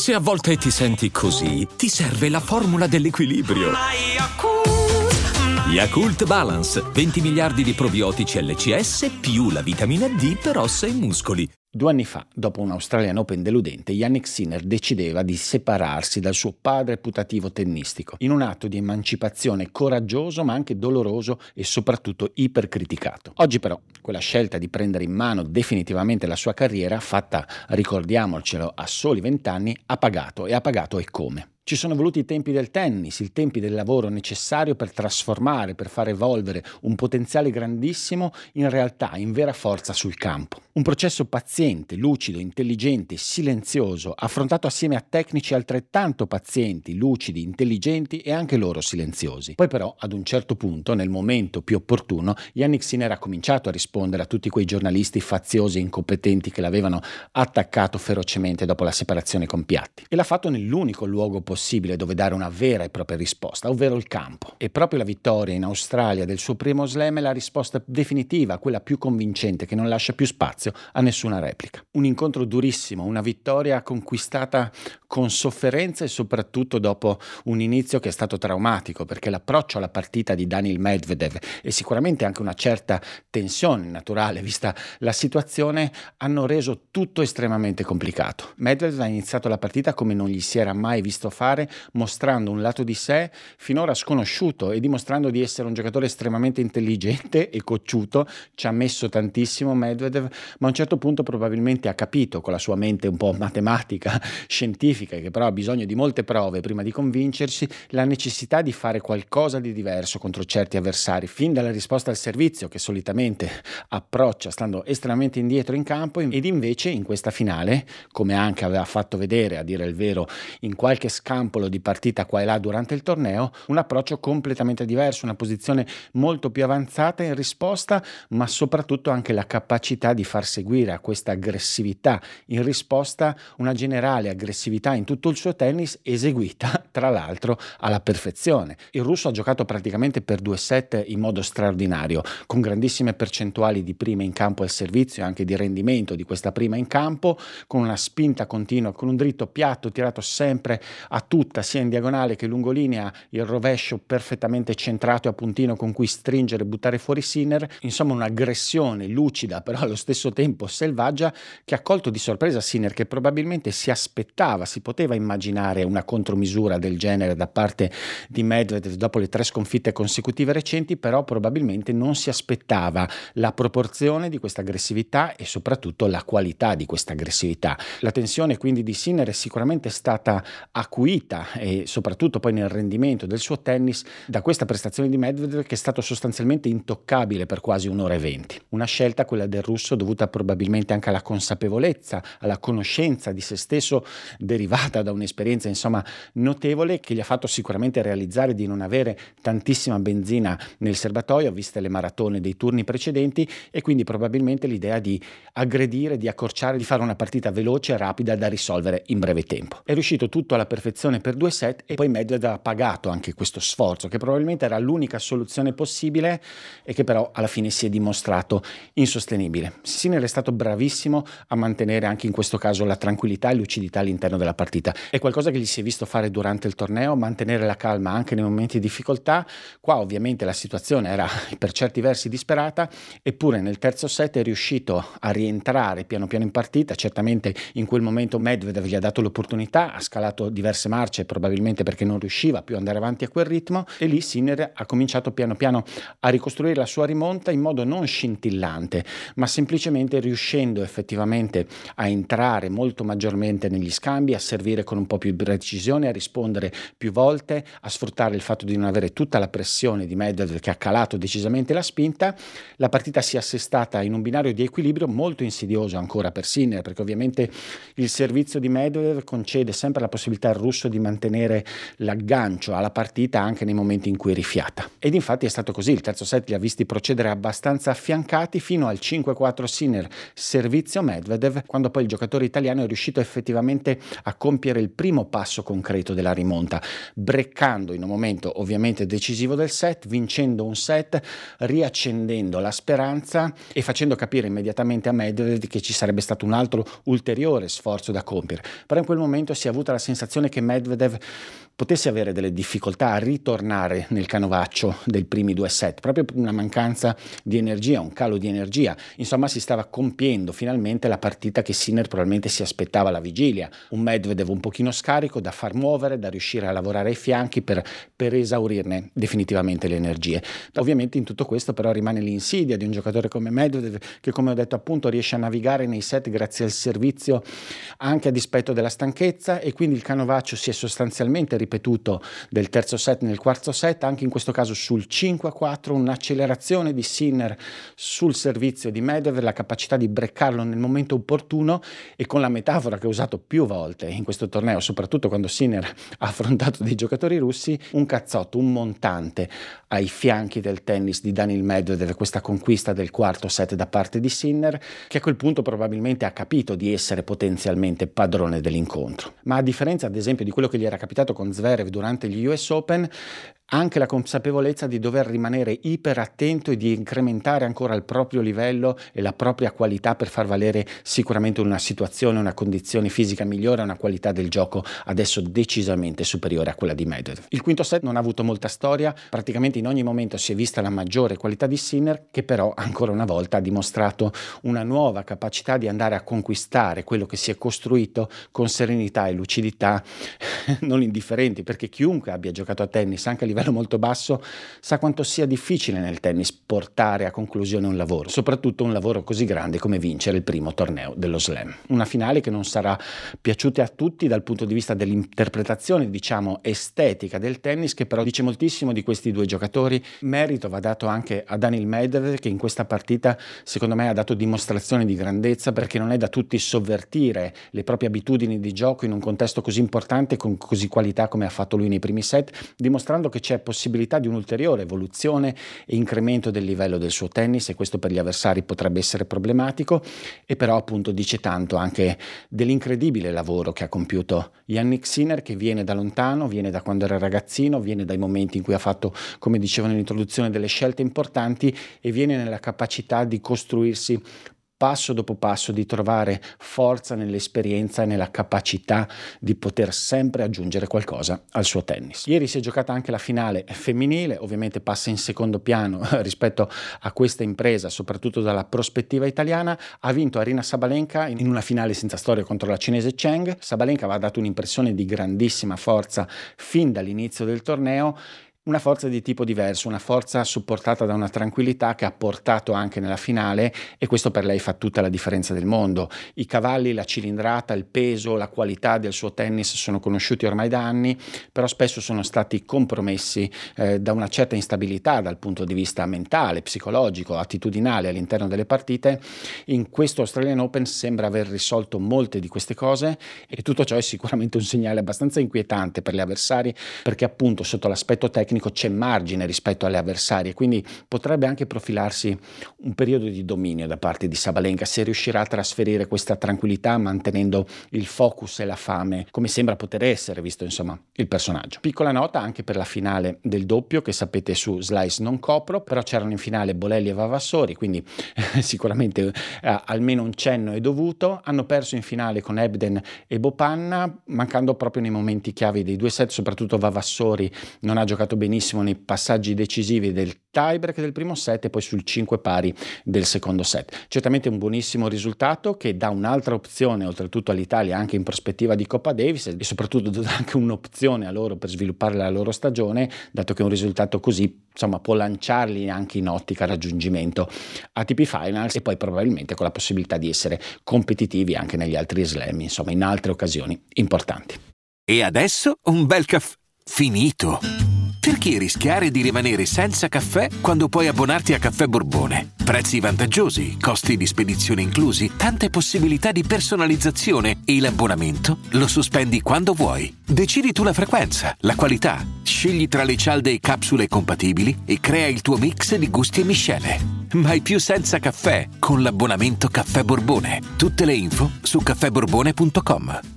Se a volte ti senti così, ti serve la formula dell'equilibrio. Yakult Balance, 20 miliardi di probiotici LCS più la vitamina D per ossa e muscoli. 2 anni fa, dopo un Australian Open deludente, Jannik Sinner decideva di separarsi dal suo padre putativo tennistico, in un atto di emancipazione coraggioso ma anche doloroso e soprattutto ipercriticato. Oggi però quella scelta di prendere in mano definitivamente la sua carriera, fatta, ricordiamocelo, a soli 20 anni, ha pagato e come. Ci sono voluti i tempi del tennis, i tempi del lavoro necessario per trasformare, per far evolvere un potenziale grandissimo in realtà, in vera forza sul campo. Un processo paziente, lucido, intelligente, silenzioso, affrontato assieme a tecnici altrettanto pazienti, lucidi, intelligenti e anche loro silenziosi. Poi però, ad un certo punto, nel momento più opportuno, Jannik Sinner ha cominciato a rispondere a tutti quei giornalisti faziosi e incompetenti che l'avevano attaccato ferocemente dopo la separazione con Piatti. E l'ha fatto nell'unico luogo possibile dove dare una vera e propria risposta, ovvero il campo. E proprio la vittoria in Australia del suo primo slam è la risposta definitiva, quella più convincente, che non lascia più spazio a nessuna replica. Un incontro durissimo, una vittoria conquistata con sofferenza e soprattutto dopo un inizio che è stato traumatico, perché l'approccio alla partita di Daniil Medvedev e sicuramente anche una certa tensione naturale vista la situazione hanno reso tutto estremamente complicato. Medvedev ha iniziato la partita come non gli si era mai visto fare, mostrando un lato di sé finora sconosciuto e dimostrando di essere un giocatore estremamente intelligente e cocciuto. Ci ha messo tantissimo Medvedev, ma a un certo punto probabilmente ha capito, con la sua mente un po' matematica, scientifica, che però ha bisogno di molte prove prima di convincersi, la necessità di fare qualcosa di diverso contro certi avversari, fin dalla risposta al servizio che solitamente approccia stando estremamente indietro in campo, ed invece in questa finale, come anche aveva fatto vedere, a dire il vero, in qualche scampolo di partita qua e là durante il torneo, un approccio completamente diverso, una posizione molto più avanzata in risposta, ma soprattutto anche la capacità di far seguire a questa aggressività in risposta una generale aggressività in tutto il suo tennis, eseguita tra l'altro alla perfezione. Il russo ha giocato praticamente per 2 set in modo straordinario, con grandissime percentuali di prima in campo al servizio e anche di rendimento di questa prima in campo, con una spinta continua, con un dritto piatto tirato sempre a tutta, sia in diagonale che lungolinea, il rovescio perfettamente centrato e a puntino con cui stringere e buttare fuori Sinner. Insomma, un'aggressione lucida però allo stesso tempo selvaggia che ha colto di sorpresa Sinner, che probabilmente si aspettava, si poteva immaginare una contromisura del genere da parte di Medvedev dopo le 3 sconfitte consecutive recenti, però probabilmente non si aspettava la proporzione di questa aggressività e soprattutto la qualità di questa aggressività. La tensione quindi di Sinner è sicuramente stata acuita, e soprattutto poi nel rendimento del suo tennis, da questa prestazione di Medvedev, che è stato sostanzialmente intoccabile per quasi 1 ora e 20. Una scelta, quella del russo, dovuta probabilmente anche alla consapevolezza, alla conoscenza di se stesso, derivata da un'esperienza insomma notevole, che gli ha fatto sicuramente realizzare di non avere tantissima benzina nel serbatoio, viste le maratone dei turni precedenti, e quindi probabilmente l'idea di aggredire, di accorciare, di fare una partita veloce e rapida da risolvere in breve tempo. È riuscito tutto alla perfezione per 2 set e poi Medvedev ha pagato anche questo sforzo, che probabilmente era l'unica soluzione possibile e che però alla fine si è dimostrato insostenibile. Sinner è stato bravissimo a mantenere anche in questo caso la tranquillità e lucidità all'interno della partita. È qualcosa che gli si è visto fare durante il torneo, mantenere la calma anche nei momenti di difficoltà. Qua ovviamente la situazione era per certi versi disperata, eppure nel terzo set è riuscito a rientrare piano piano in partita. Certamente in quel momento Medvedev gli ha dato l'opportunità, ha scalato diverse marce probabilmente perché non riusciva più ad andare avanti a quel ritmo, e lì Sinner ha cominciato piano piano a ricostruire la sua rimonta in modo non scintillante, ma semplicemente riuscendo effettivamente a entrare molto maggiormente negli scambi, a servire con un po' più di precisione, a rispondere più volte, a sfruttare il fatto di non avere tutta la pressione di Medvedev che ha calato decisamente la spinta. La partita si è assestata in un binario di equilibrio molto insidioso ancora per Sinner, perché ovviamente il servizio di Medvedev concede sempre la possibilità al russo di mantenere l'aggancio alla partita anche nei momenti in cui è rifiata. Ed infatti è stato così. Il terzo set li ha visti procedere abbastanza affiancati fino al 5-4 Sinner servizio Medvedev, quando poi il giocatore italiano è riuscito effettivamente a compiere il primo passo concreto della rimonta, breccando in un momento ovviamente decisivo del set, vincendo un set, riaccendendo la speranza e facendo capire immediatamente a Medvedev che ci sarebbe stato un altro ulteriore sforzo da compiere. Però in quel momento si è avuta la sensazione che Medvedev potesse avere delle difficoltà a ritornare nel canovaccio dei primi 2 set, proprio per una mancanza di energia, un calo di energia. Insomma, si stava compiendo finalmente la partita che Sinner probabilmente si aspettava alla vigilia, un Medvedev un pochino scarico da far muovere, da riuscire a lavorare ai fianchi per esaurirne definitivamente le energie. Ovviamente in tutto questo però rimane l'insidia di un giocatore come Medvedev che, come ho detto appunto, riesce a navigare nei set grazie al servizio anche a dispetto della stanchezza, e quindi il canovaccio si è sostanzialmente ripetuto del terzo set nel quarto set, anche in questo caso sul 5-4, un'accelerazione di Sinner sul servizio di Medvedev, la capacità di breccarlo nel momento opportuno, e con la metafora che ho usato più volte in questo torneo, soprattutto quando Sinner ha affrontato dei giocatori russi, un cazzotto, un montante ai fianchi del tennis di Daniil Medvedev, questa conquista del quarto set da parte di Sinner, che a quel punto probabilmente ha capito di essere potenzialmente padrone dell'incontro. Ma a differenza ad esempio di quello che gli era capitato con Zverev durante gli US Open, anche la consapevolezza di dover rimanere iperattento e di incrementare ancora il proprio livello e la propria qualità per far valere sicuramente una situazione, una condizione fisica migliore, una qualità del gioco adesso decisamente superiore a quella di Medvedev. Il quinto set non ha avuto molta storia, praticamente in ogni momento si è vista la maggiore qualità di Sinner, che però ancora una volta ha dimostrato una nuova capacità di andare a conquistare quello che si è costruito con serenità e lucidità non indifferenti, perché chiunque abbia giocato a tennis anche a livello molto basso sa quanto sia difficile nel tennis portare a conclusione un lavoro, soprattutto un lavoro così grande come vincere il primo torneo dello Slam. Una finale che non sarà piaciuta a tutti dal punto di vista dell'interpretazione, diciamo, estetica del tennis, che però dice moltissimo di questi due giocatori. Merito va dato anche a Daniil Medvedev, che in questa partita secondo me ha dato dimostrazione di grandezza, perché non è da tutti sovvertire le proprie abitudini di gioco in un contesto così importante, con così qualità come ha fatto lui nei primi set, dimostrando che c'è possibilità di un'ulteriore evoluzione e incremento del livello del suo tennis, e questo per gli avversari potrebbe essere problematico, e però appunto dice tanto anche dell'incredibile lavoro che ha compiuto Jannik Sinner, che viene da lontano, viene da quando era ragazzino, viene dai momenti in cui ha fatto, come dicevo nell'introduzione, delle scelte importanti, e viene nella capacità di costruirsi passo dopo passo, di trovare forza nell'esperienza e nella capacità di poter sempre aggiungere qualcosa al suo tennis. Ieri si è giocata anche la finale femminile, ovviamente passa in secondo piano rispetto a questa impresa, soprattutto dalla prospettiva italiana. Ha vinto Aryna Sabalenka in una finale senza storia contro la cinese Cheng. Sabalenka aveva dato un'impressione di grandissima forza fin dall'inizio del torneo, una forza di tipo diverso, una forza supportata da una tranquillità che ha portato anche nella finale, e questo per lei fa tutta la differenza del mondo. I cavalli, la cilindrata, il peso, la qualità del suo tennis sono conosciuti ormai da anni, però spesso sono stati compromessi da una certa instabilità dal punto di vista mentale, psicologico, attitudinale all'interno delle partite. In questo Australian Open sembra aver risolto molte di queste cose, e tutto ciò è sicuramente un segnale abbastanza inquietante per gli avversari, perché appunto sotto l'aspetto tecnico c'è margine rispetto alle avversarie, quindi potrebbe anche profilarsi un periodo di dominio da parte di Sabalenka, se riuscirà a trasferire questa tranquillità mantenendo il focus e la fame, come sembra poter essere, visto insomma il personaggio. Piccola nota anche per la finale del doppio, che sapete su Slice non copro, però c'erano in finale Bolelli e Vavassori, quindi sicuramente almeno un cenno è dovuto. Hanno perso in finale con Ebden e Bopanna, mancando proprio nei momenti chiave dei due set, soprattutto Vavassori non ha giocato benissimo nei passaggi decisivi del tiebreak del primo set e poi sul 5 pari del secondo set. Certamente un buonissimo risultato che dà un'altra opzione oltretutto all'Italia anche in prospettiva di Coppa Davis, e soprattutto dà anche un'opzione a loro per sviluppare la loro stagione, dato che un risultato così insomma può lanciarli anche in ottica raggiungimento ATP Finals, e poi probabilmente con la possibilità di essere competitivi anche negli altri slam, insomma in altre occasioni importanti. E adesso un bel caffè finito. Perché rischiare di rimanere senza caffè quando puoi abbonarti a Caffè Borbone? Prezzi vantaggiosi, costi di spedizione inclusi, tante possibilità di personalizzazione, e l'abbonamento lo sospendi quando vuoi. Decidi tu la frequenza, la qualità, scegli tra le cialde e capsule compatibili e crea il tuo mix di gusti e miscele. Mai più senza caffè con l'abbonamento Caffè Borbone. Tutte le info su caffèborbone.com.